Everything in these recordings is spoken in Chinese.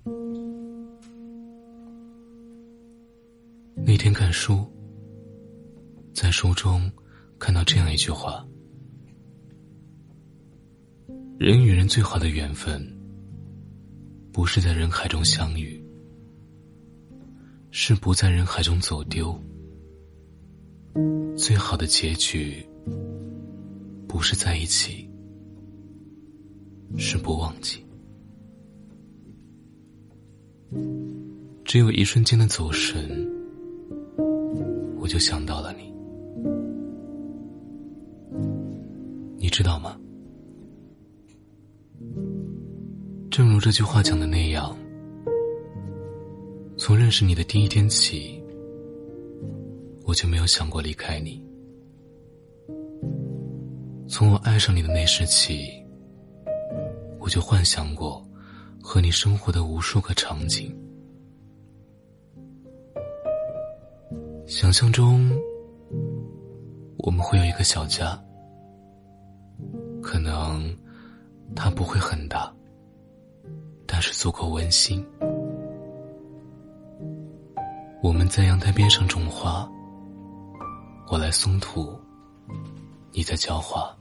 那天看书，在书中看到这样一句话：人与人最好的缘分，不是在人海中相遇，是不在人海中走丢。最好的结局，不是在一起，是不忘记。只有一瞬间的走神，我就想到了你。你知道吗？正如这句话讲的那样，从认识你的第一天起，我就没有想过离开你。从我爱上你的那时起，我就幻想过和你生活的无数个场景。想象中，我们会有一个小家，可能它不会很大，但是足够温馨。我们在阳台边上种花，我来松土，你在浇花。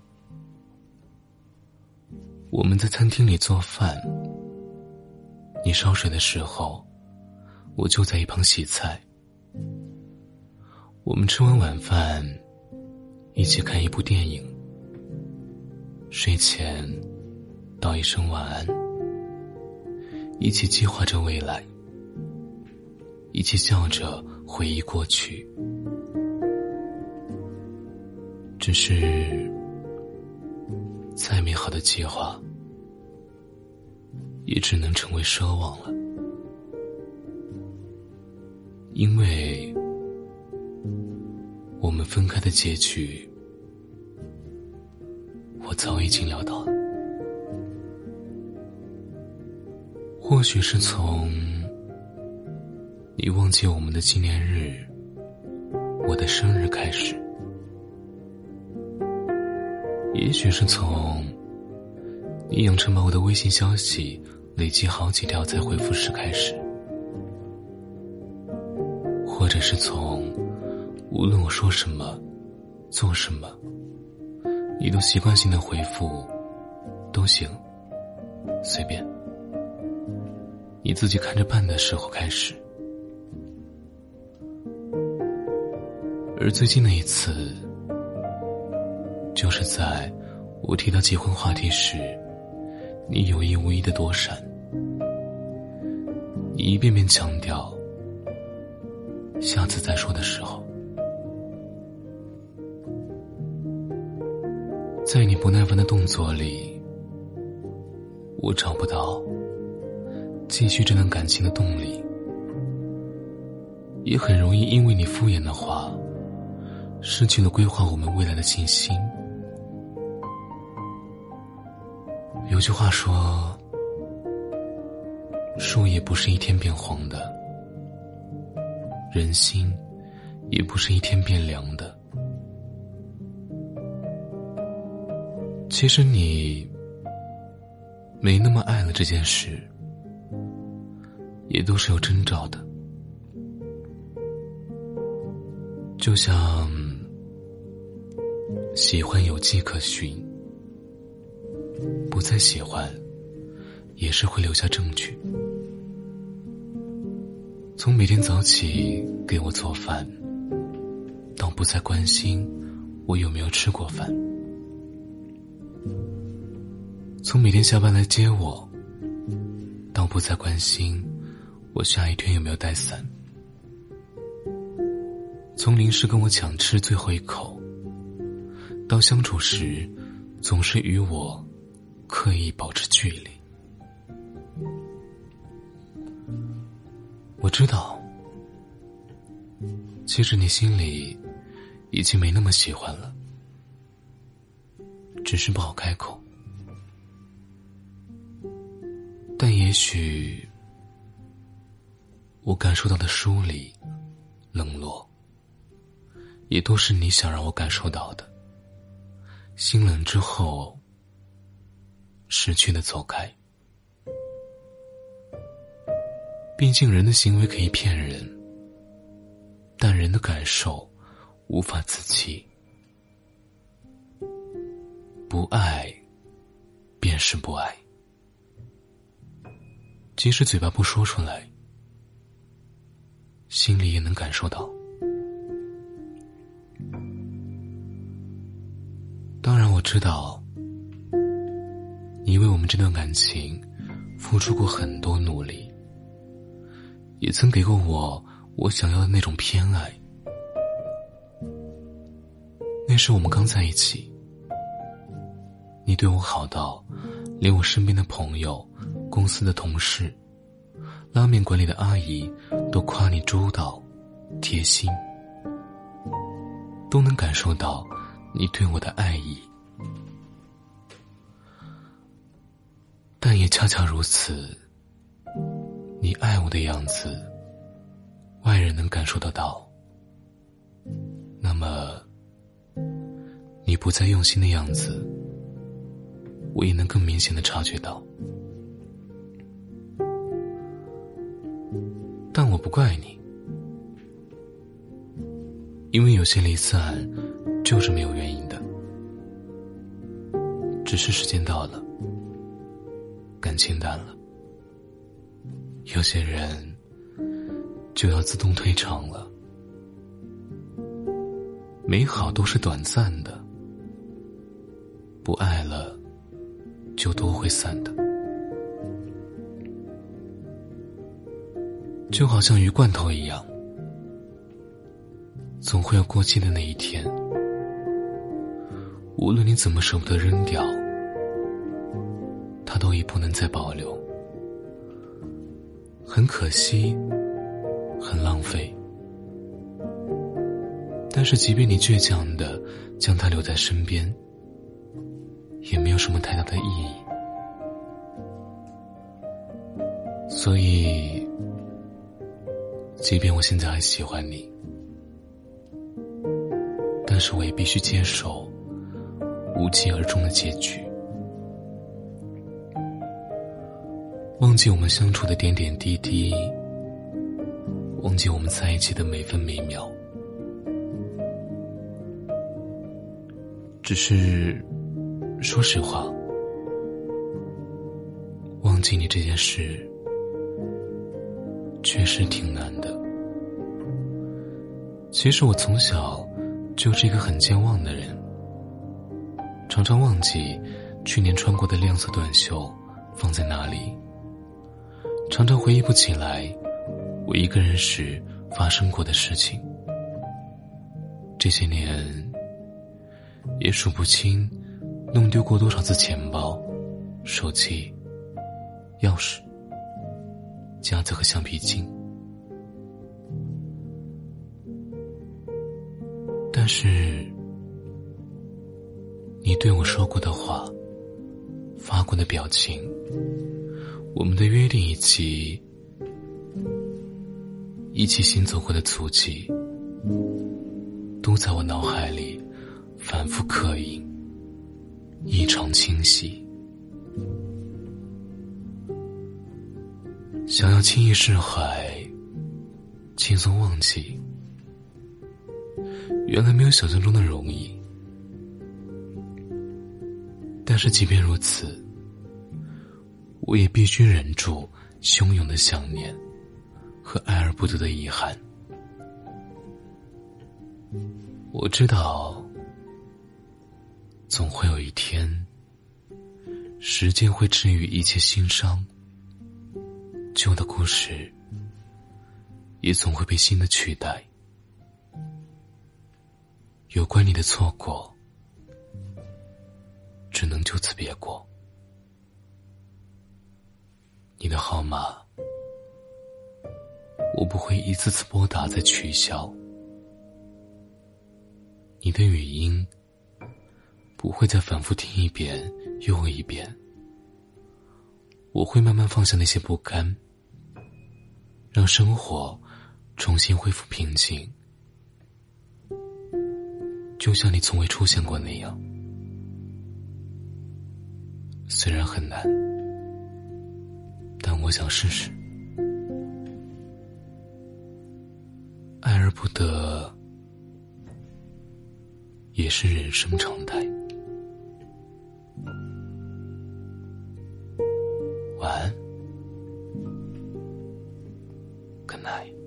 我们在餐厅里做饭，你烧水的时候，我就在一旁洗菜。我们吃完晚饭，一起看一部电影，睡前道一声晚安，一起计划着未来，一起笑着回忆过去。只是再美好的计划，也只能成为奢望了。因为我们分开的结局，我早已经料到了。或许是从你忘记我们的纪念日，我的生日开始，也许是从你养成把我的微信消息累积好几条才回复时开始，或者是从无论我说什么做什么，你都习惯性的回复都行，随便，你自己看着办的时候开始。而最近的一次，就是在我提到结婚话题时，你有意无意的躲闪，你一遍遍强调下次再说的时候。在你不耐烦的动作里，我找不到继续这段感情的动力，也很容易因为你敷衍的话，失去了规划我们未来的信心。有句话说，树也不是一天变黄的，人心也不是一天变凉的。其实你没那么爱了这件事，也都是有征兆的。就像喜欢有迹可循，不再喜欢也是会留下证据。从每天早起给我做饭，到不再关心我有没有吃过饭，从每天下班来接我，到不再关心我下一天有没有带伞，从临时跟我抢吃最后一口，到相处时总是与我刻意保持距离。我知道，其实你心里已经没那么喜欢了，只是不好开口。但也许我感受到的疏离、冷落，也都是你想让我感受到的。心冷之后，失去的走开。 毕竟人的行为可以骗人，但人的感受无法自欺。不爱便是不爱，即使嘴巴不说出来，心里也能感受到。当然我知道，你为我们这段感情付出过很多努力，也曾给过我想要的那种偏爱。那时我们刚在一起，你对我好到连我身边的朋友、公司的同事、拉面馆里的阿姨都夸你周到、贴心，都能感受到你对我的爱意。但也恰恰如此，你爱我的样子，外人能感受得到，那么你不再用心的样子，我也能更明显的察觉到。但我不怪你，因为有些离散就是没有原因的，只是时间到了，感情淡了，有些人就要自动退场了。美好都是短暂的，不爱了就都会散的。就好像鱼罐头一样，总会有过期的那一天，无论你怎么舍不得扔掉，它都已不能再保留，很可惜，很浪费。但是即便你倔强地将它留在身边，也没有什么太大的意义。所以即便我现在还喜欢你，但是我也必须接受无疾而终的结局。忘记我们相处的点点滴滴，忘记我们在一起的每分每秒。只是说实话，忘记你这件事确实挺难的。其实我从小就是一个很健忘的人，常常忘记去年穿过的亮色短袖放在哪里，常常回忆不起来我一个人时发生过的事情。这些年也数不清弄丢过多少次钱包、手机、钥匙、夹子和橡皮筋。但是你对我说过的话、发过的表情、我们的约定以及一起行走过的足迹，都在我脑海里反复刻印，异常清晰。想要轻易释怀，轻松忘记，原来没有想象中的容易。但是即便如此，我也必须忍住汹涌的想念和爱而不得的遗憾。我知道总会有一天，时间会治愈一切心伤，旧的故事也总会被新的取代。有关你的错过，只能就此别过。你的号码我不会一次次拨打再取消，你的语音不会再反复听一遍又一遍。我会慢慢放下那些不甘，让生活重新恢复平静，就像你从未出现过那样。虽然很难，但我想试试。 爱而不得也是人生常态。晚安，Good night。